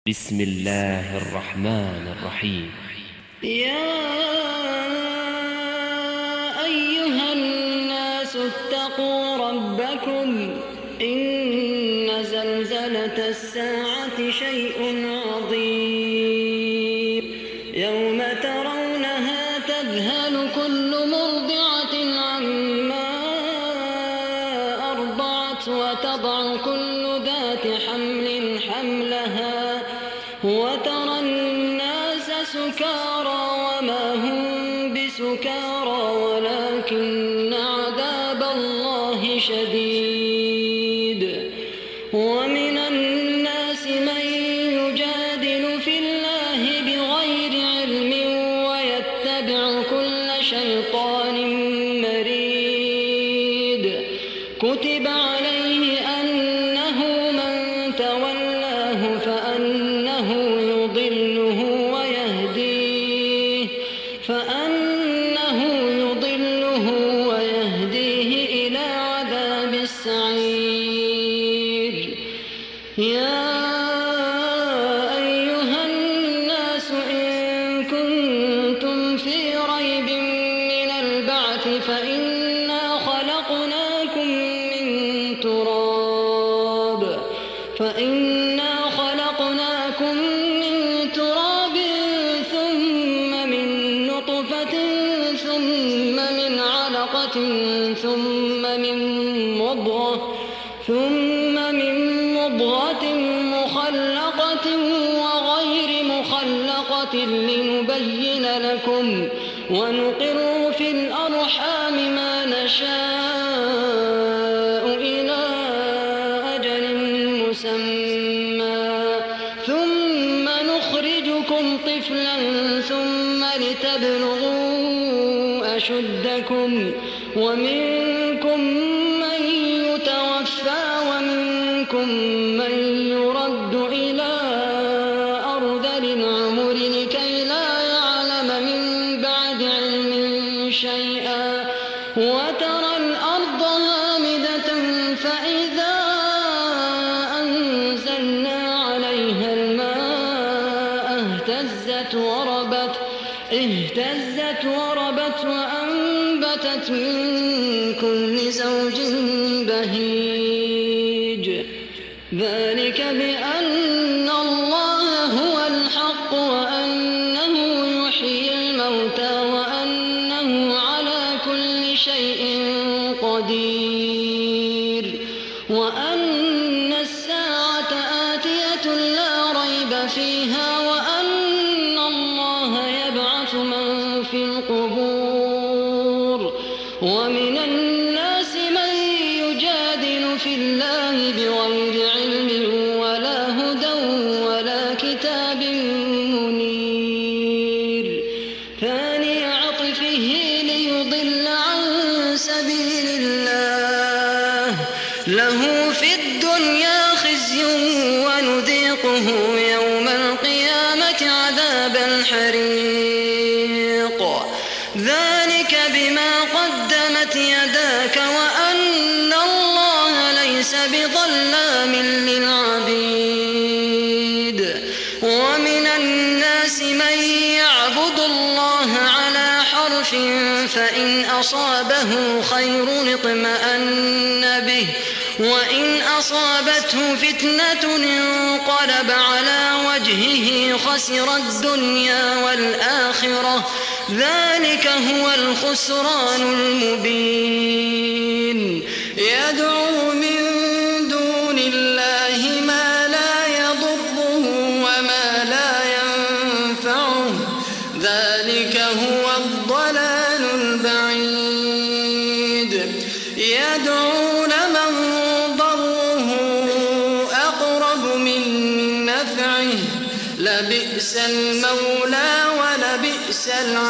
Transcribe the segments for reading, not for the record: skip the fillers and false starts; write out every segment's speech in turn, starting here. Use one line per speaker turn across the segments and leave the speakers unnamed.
بسم الله الرحمن الرحيم.
يا أيها الناس اتقوا ربكم إن زلزلة الساعة شيء عظيم يوم ترونها تذهل كل مرضعة عما أرضعت وتضع كل ذات حمل حملها وترى الناس سكارى وما هم بسكارى ولكن عذاب الله شديد. ومن الناس من يجادل في الله بغير علم ويتبع كل شيطان مريد. كتب عليه أنه من تولاه فأنه يضله ويهديه إلى عذاب السعير. يا أيها الناس إن كنتم في ريب من البعث فإنا خلقناكم من تراب ثم من نطفة ثم من علقة ثم من مضغة مخلقة وغير مخلقة لنبين لكم ونقر في الأرحام ما نشاء إلى أجل مسمى ثم نخرجكم طفلا ثم لتبلغوا أشدكم ومنكم من يتوفى ومنكم من يرد إلى أرذل العمر لكي لا يعلم من بعد علم شيئا. وترى الأرض هامدة فإذا أنزلنا عليها الماء اهتزت وربت وأنبتت من كل زوج بهيج. ذلك بأن الله هو الحق وأنه يحيي الموتى وأنه على كل شيء قدير وأن الساعة آتية لا ريب فيها وأن الله يبعث من في القبور. ومن الناس من يجادل في الله بغير علم ولا هدى ولا كتاب منير. ثاني عطفه ليضل عن سبيل الله له في الدنيا خزي ونذيقه يوم القيامة عذاب الحريق. ذلك بما قدمت يداك وأن الله ليس بظلام للعبيد. ومن الناس من يعبد الله على حرف فإن أصابه خير اطمأن به وإن أصابته فتنة انقلب على وجهه خسر الدنيا والآخرة. ذلك هو الخسران المبين. يدعو من دون الله ما لا يضره وما لا ينفعه. ذلك هو الضلال البعيد. يدعو لمن ضره أقرب من نفعه. لبئس المولى ولبئس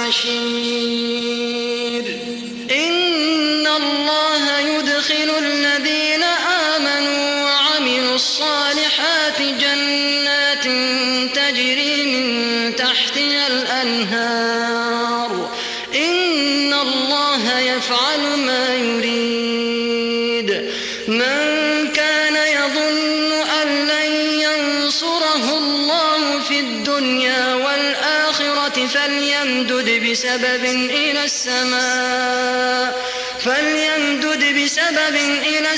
العشير. إن الله يدخل الذين آمنوا وعملوا الصالحات جنات تجري من تحتها الأنهار. إن الله يفعل ما يريد. من كان يظن أن لن ينصره الله في الدنيا والآخرة فليمدد بسبب إلى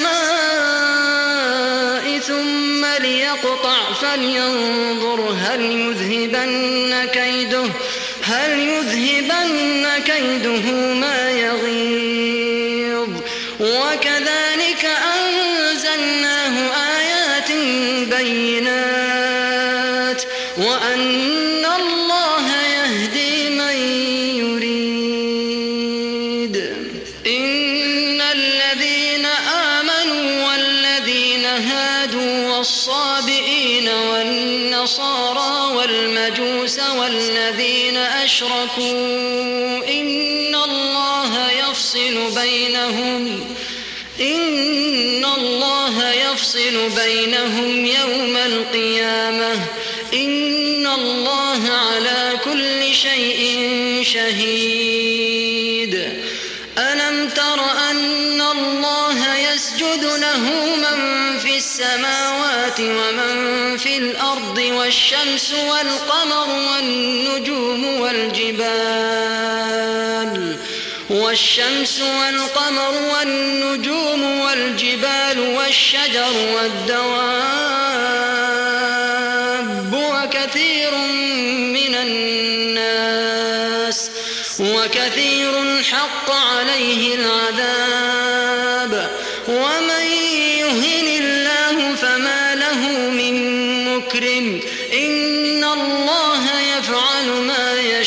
السماء ثم ليقطع فلينظر هل يذهبن كيده ما يغيظ وكذلك أنزلناه آيات بينات وأن الله يهدي من يريد إن الذين آمنوا والذين هادوا والصابئين والنصارى والمجوس والذين أشركوا إن الله يفصل بينهم يوم القيامة إن الله على كل شيء شهيد ألم تر أن الله يسجد له من في السماوات ومن في الأرض والشمس والقمر والنجوم والجبال والشجر والدواب وكثير حق عليه العذاب ومن يهن الله فما له من مكرم إن الله يفعل ما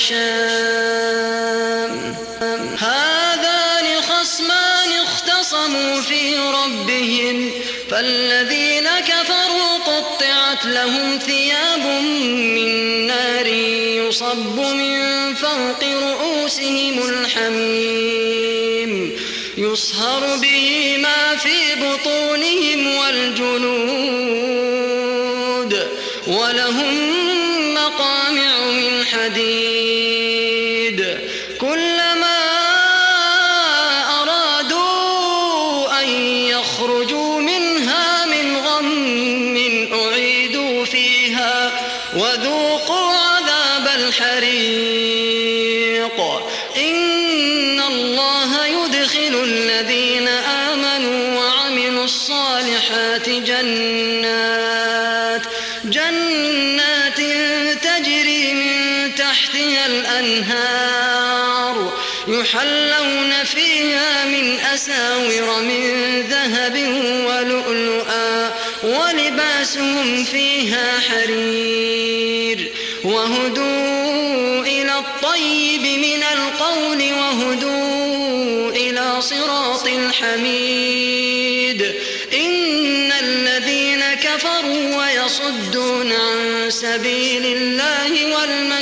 يشاء هذان خصمان اختصموا في ربهم فالذين كفروا قطعت لهم ثياب من نار يصب من فوق رؤوسهم الحميم يصهر به ما في بطونهم والجلود ولهم مقامع من حديد كلما أرادوا أن يخرجوا منها من غم أعيدوا فيها وذوقوا عذاب الحريق إن الله يدخل الذين آمنوا وعملوا الصالحات جنات تجري من تحتها الأنهار يحلون فيها من أساور من ذهب ولؤلؤا ولباسهم فيها حرير وهدوا إلى الطيب من القول وهدوا إلى صراط الحميد إن الذين كفروا ويصدون عن سبيل الله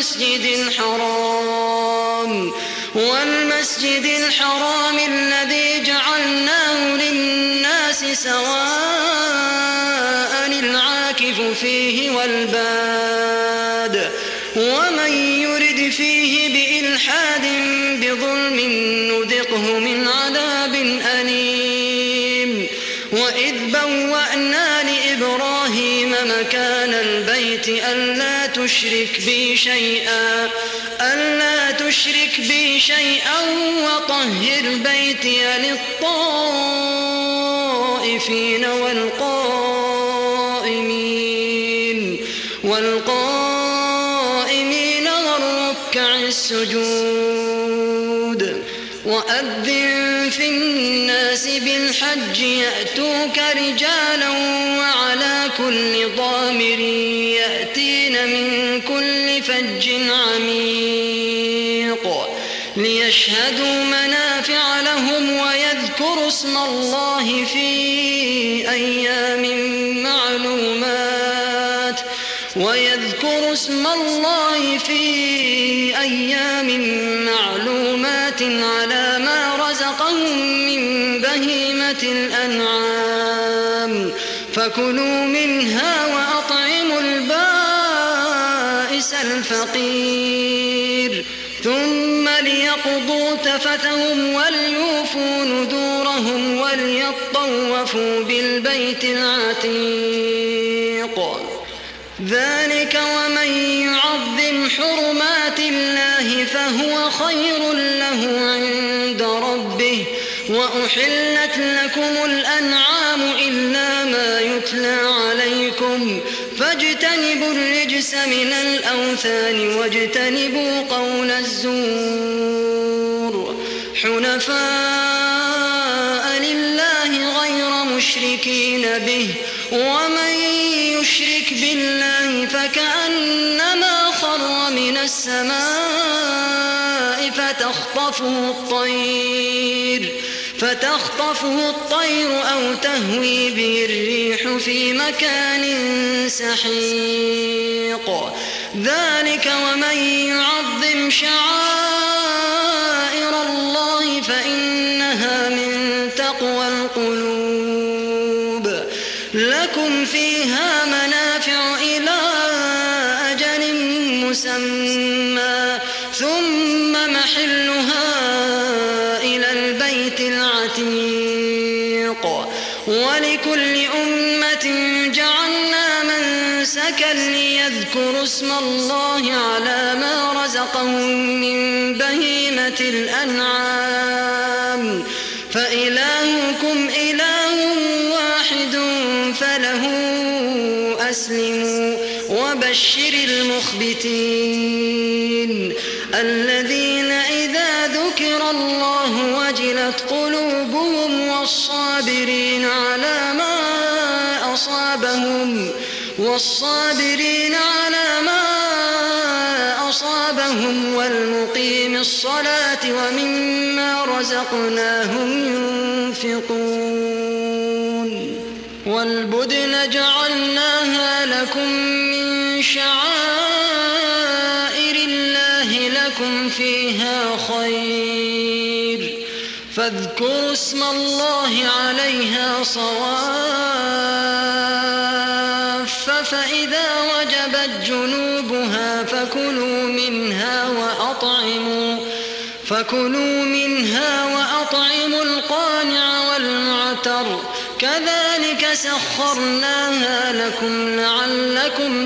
والمسجد الحرام الذي جعلناه للناس سواء العاكف فيه والباد ومن يرد فيه بإلحاد بظلم نذقه من عذاب أليم وإذ بوأنا لإبراهيم مكان البيت ألا تشرك بي شيئا وطهر بيتي للطائفين والقائمين والركع السجود وأذن في الناس بالحج يأتوك رجالا وعلى كل ضامر يأتين من كل فج عميق ليشهدوا منافع لهم ويذكروا اسم الله في أيام معلومات على ما رزقهم من بهيمة الأنعام فكلوا منها وأطعموا البائس الفقير ثم ليقضوا تفثهم وليوفوا نذورهم وليطوفوا بالبيت العتيق ذلك ومن يعظم حرمات الله فهو خير له عند ربه. وأحلت لكم الأنعام إلا ما يتلى عليكم فاجتنبوا الرجس من الأوثان واجتنبوا قول الزور حنفاء لله غير مشركين به ومن يشرك بالله فكأنما خر من السماء فتخطفه الطير أو تهوي به الريح في مكان سحيق. ذلك ومن يعظم شعائر الله فإنها من تقوى القلوب. لكم فيها منافع إلى أجل مسمى ثم محلها إلى البيت العتيق. ولكل أمة جعلنا منسكا ليذكروا اسم الله على ما رزقهم من بهيمة الأنعام فإلهكم إله واحد فله أسلموا. وبشر المخبتين الذين إذا ذكر الله وجلت قلوبهم والصابرين على ما أصابهم والمقيم الصلاة ومما رزقناهم ينفقون. والبدن جعلناها لكم من شعائر الله لكم فيها خير فاذكروا اسم الله عليها صواف فإذا وجبت جنوبها فكلوا منها وأطعموا القانع والمعتر كذلك سخرناها لكم لعلكم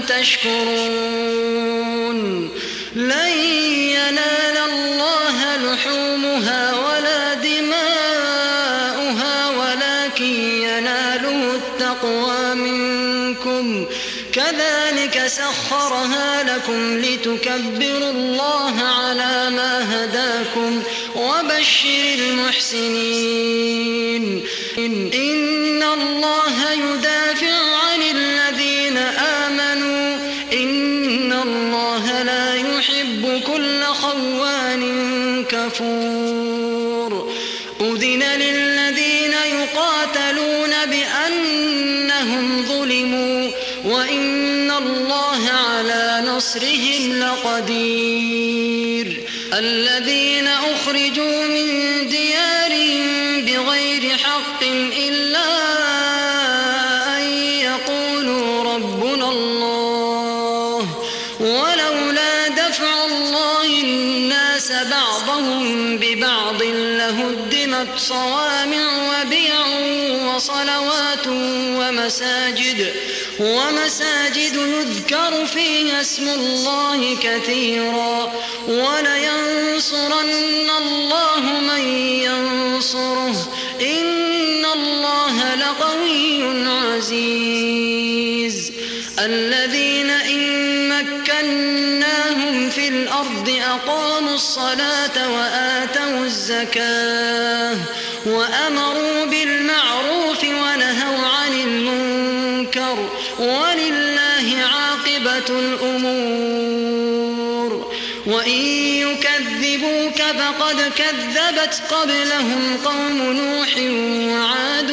تشكرون. لن ينال الله لحومها ولا دماؤها ولكن يناله التقوى منكم كذلك سخرها لكم لتكبروا الله على ما هداكم وبشر المحسنين. إن الله يدافع عن الذين آمنوا إن الله لا يحب كل خوان كفور. أذن للذين يقاتلون بأنهم ظلموا وإن الله على نصرهم لقدير. الذين أخرجوا من ديارهم بغير حق إلا أن يقولوا ربنا الله ولولا دفع الله الناس بعضهم ببعض لهدمت صوامع وبيع وصلوات ومساجد يذكر فيها اسم الله كثيرا ولينصرن الله من ينصره إن الله لقوي عزيز. الذين إن مكناهم في الأرض أقاموا الصلاة وآتوا الزكاة وأمروا بالمعروف ونهوا عن المنكر ولله عاقبة الأمور. وإن يكذبوك فقد كذبت قبلهم قوم نوح وعاد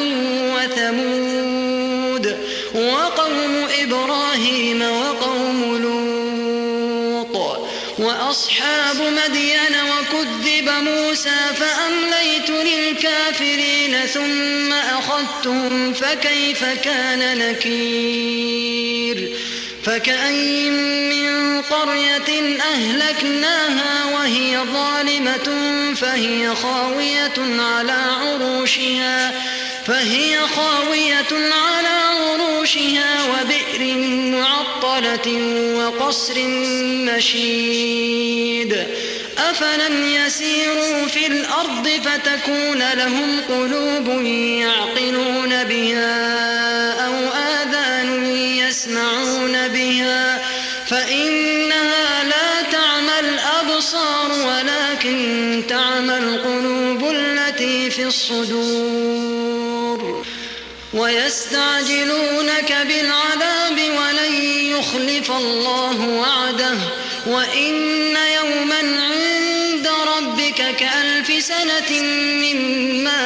وثمود وقوم إبراهيم وقوم لوط وأصحاب مدين وكذب موسى فأمليت للكافرين ثم أخذتهم فكيف كان نكير. فكأين من قرية أهلكناها وهي ظالمة فهي خاوية على عروشها فهي خاوية على عروشها وبئر معطلة وقصر مشيد أفلم يسيروا في الأرض فتكون لهم قلوب يعقلون بها أو آذان يسمعون بها فإنها لا تعمى الأبصار ولكن تعمى القلوب التي في الصدور ويستعجلونك بالعذاب ولن يخلف الله وعده وإن يوما عند ربك كألف سنة مما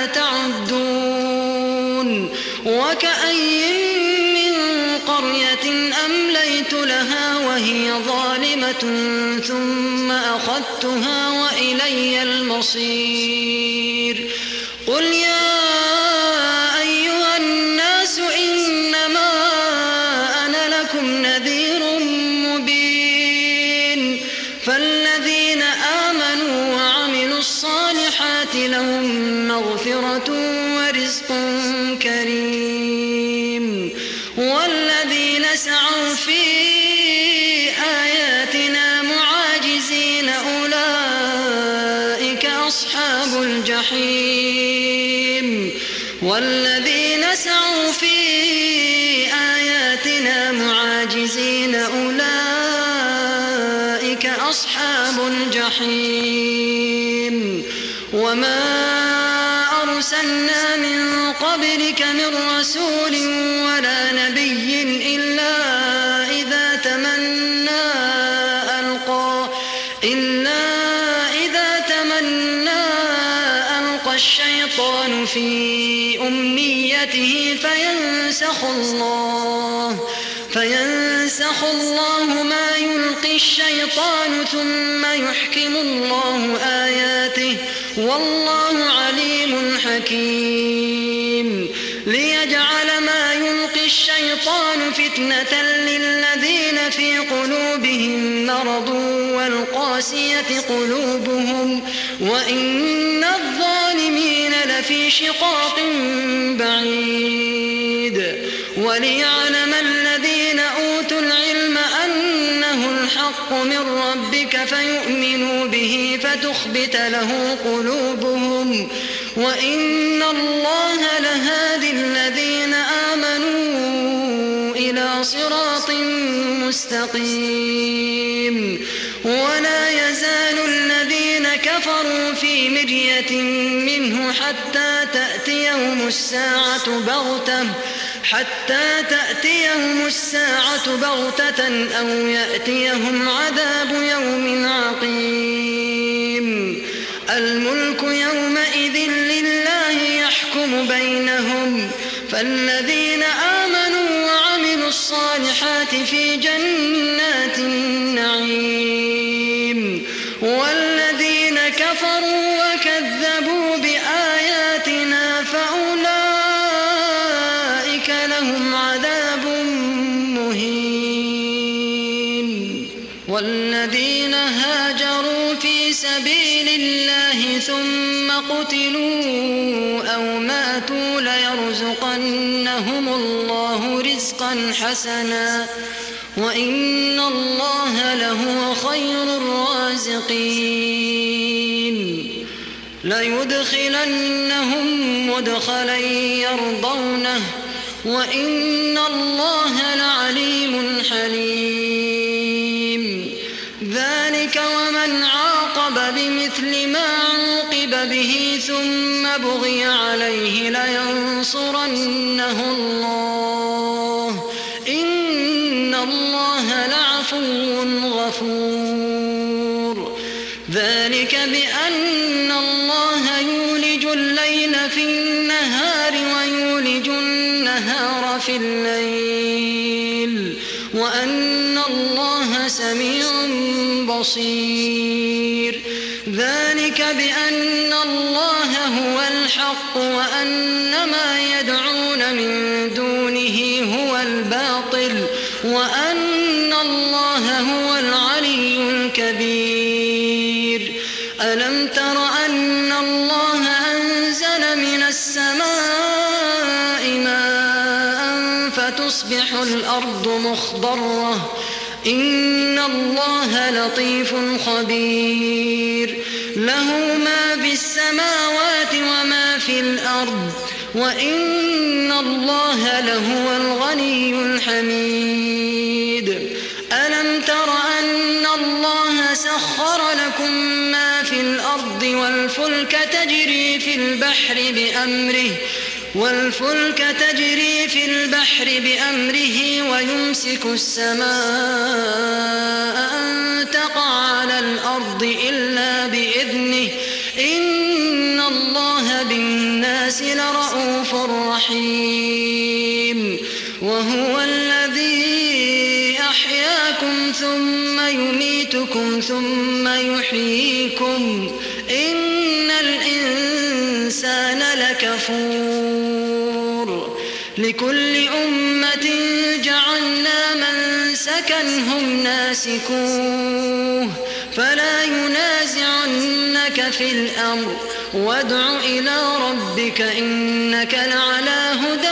تعدون وكأي من قرية أمليت لها وهي ظالمة ثم أخذتها وإلي المصير قل يا أيها الناس إنما أنا لكم نذير مبين فالذين آمنوا وعملوا الصالحات لهم مغفرة ورزق كريم والذين سعوا في آياتنا معاجزين أولئك أصحاب الجحيم والذين سعوا في آياتنا معاجزين أولئك أصحاب الجحيم وما أرسلنا من قبلك من رسول ولا نبي إلا إذا تمنى ألقى الشيطان في أمنيته فينسخ الله ما يلقي الشيطان ثم يحكم الله آياته والله عليم حكيم ليجعل ما يلقي الشيطان فتنة للذين في قلوبهم مرض والقاسية قلوبهم وإن الظالمين لفي شقاق بعيد وليعلم الذين أوتوا العلم أنه الحق من ربك فيؤمنوا به فتخبت له قلوبهم وإن الله لهادي الذين آمنوا إلى صراط مستقيم ولا يزال الذين كفروا في مرية منه حتى تأتيهم الساعة بغتة أو يأتيهم عذاب يوم عقيم الملك يومئذ لله يحكم بينهم فالذين آمنوا وعملوا الصالحات في جنات النعيم والذين كفروا وكذبوا بآياتنا فأولئك لهم عذاب مهين والذين هاجروا في سبيل الله ثم قتلوا أو ماتوا ليرزقنهم الله رزقا حسنا وإن الله لهو خير الرازقين ليدخلنهم مدخلا يرضونه وإن الله لعليم حليم ذلك ومن عاقب بمثل ما عوقب به ثم بغي عليه لينصرنه الله إن الله لعفو غفور ذلك بأن الله يولج الليل في النهار ويولج النهار في الليل وأن الله سميع بصير ذلك بأن الله هو الحق وأن ما يدعون من دونه هو الباطل وأن الله هو العلي الكبير ألم تر أن الله أنزل من السماء الأرض مخضرة إن الله لطيف خبير له ما في السماوات وما في الأرض وإن الله لهو الغني الحميد ألم تر أن الله سخر لكم ما في الأرض والفلك تجري في البحر بأمره ويمسك السماء أن تقع على الأرض إلا بإذنه إن الله بالناس لرءوف رحيم وهو الذي أحياكم ثم يميتكم ثم يحييكم إن الإنسان لكفور لكل أمة جعلنا منسكا هم ناسكوه فلا ينازعنك في الأمر وادع إلى ربك إنك لعلى هدى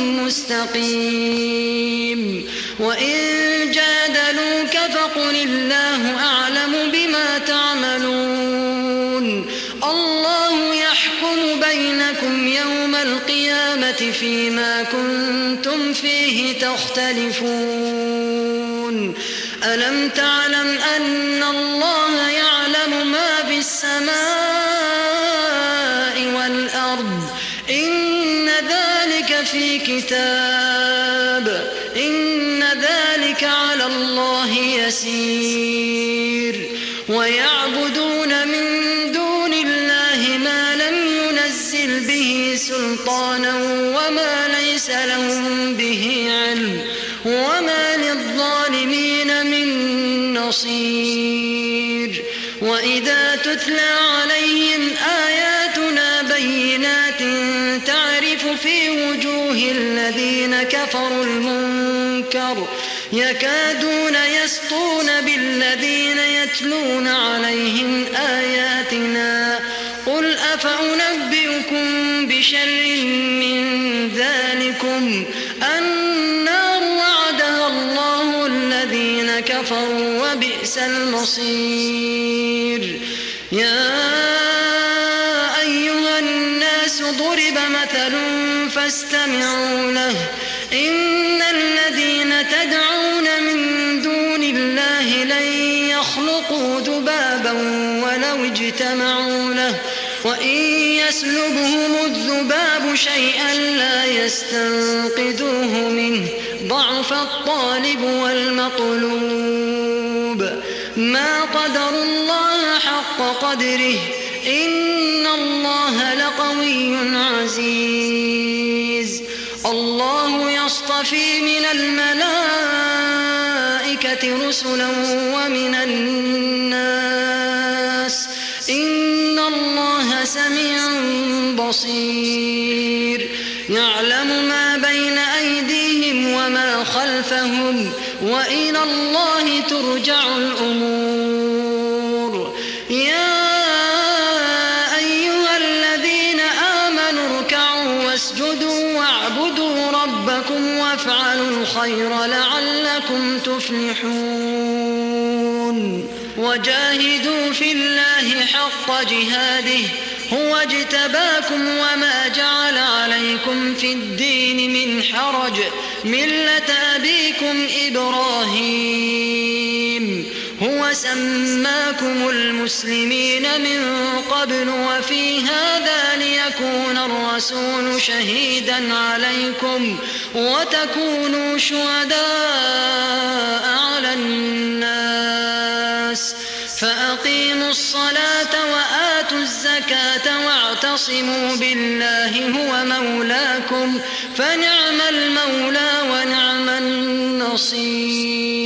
مستقيم وإن جادلوك فقل الله أعلم بما تعملون الله يحكم بينكم يوم القيامة فيما كنتم فيه تختلفون ألم تعلم أن الله يعلم ما في السماء والأرض إن ذلك في كتاب إن ذلك على الله يسير ويعبدون من دون الله ما لم ينزل به سلطانا وما ليس لهم به علم وما للظالمين من نصير وإذا تتلى عليهم آياتنا بينات تعرف في وجوه الذين كفروا المنكر يكادون يسطون بالذين يتلون عليهم آياتنا قل أفأنبئكم بشر من ذلكم النار وعدها الله الذين كفروا وبئس المصير يا أيها الناس ضرب مثل فاستمعوا له إن الذين تدعون من دون الله لن يخلقوا ذبابا ولو اجتمعوا له وإن يسلبهم الذباب شيئا لا يستنقذوه منه ضعف الطالب والمطلوب ما قدروا الله حق قدره إن الله لقوي عزيز الله يصطفي من الملائكة رسلا ومن الناس إن الله سميع بصير يعلم ما بين أيديهم وما خلفهم وإلى الله ترجع الأمور يا أيها الذين آمنوا اركعوا واسجدوا واعبدوا ربكم وافعلوا الخير لعلكم تفلحون وجاهدوا في الله حق جهاده هو اجتباكم وما جعل عليكم في الدين من حرج ملة أبيكم إبراهيم هو سماكم المسلمين من قبل وفي هذا ليكون الرسول شهيدا عليكم وتكونوا شهداء على الناس فأقيموا الصلاة وآتوا الزكاة واعتصموا بالله هو مولاكم فنعم المولى ونعم النصير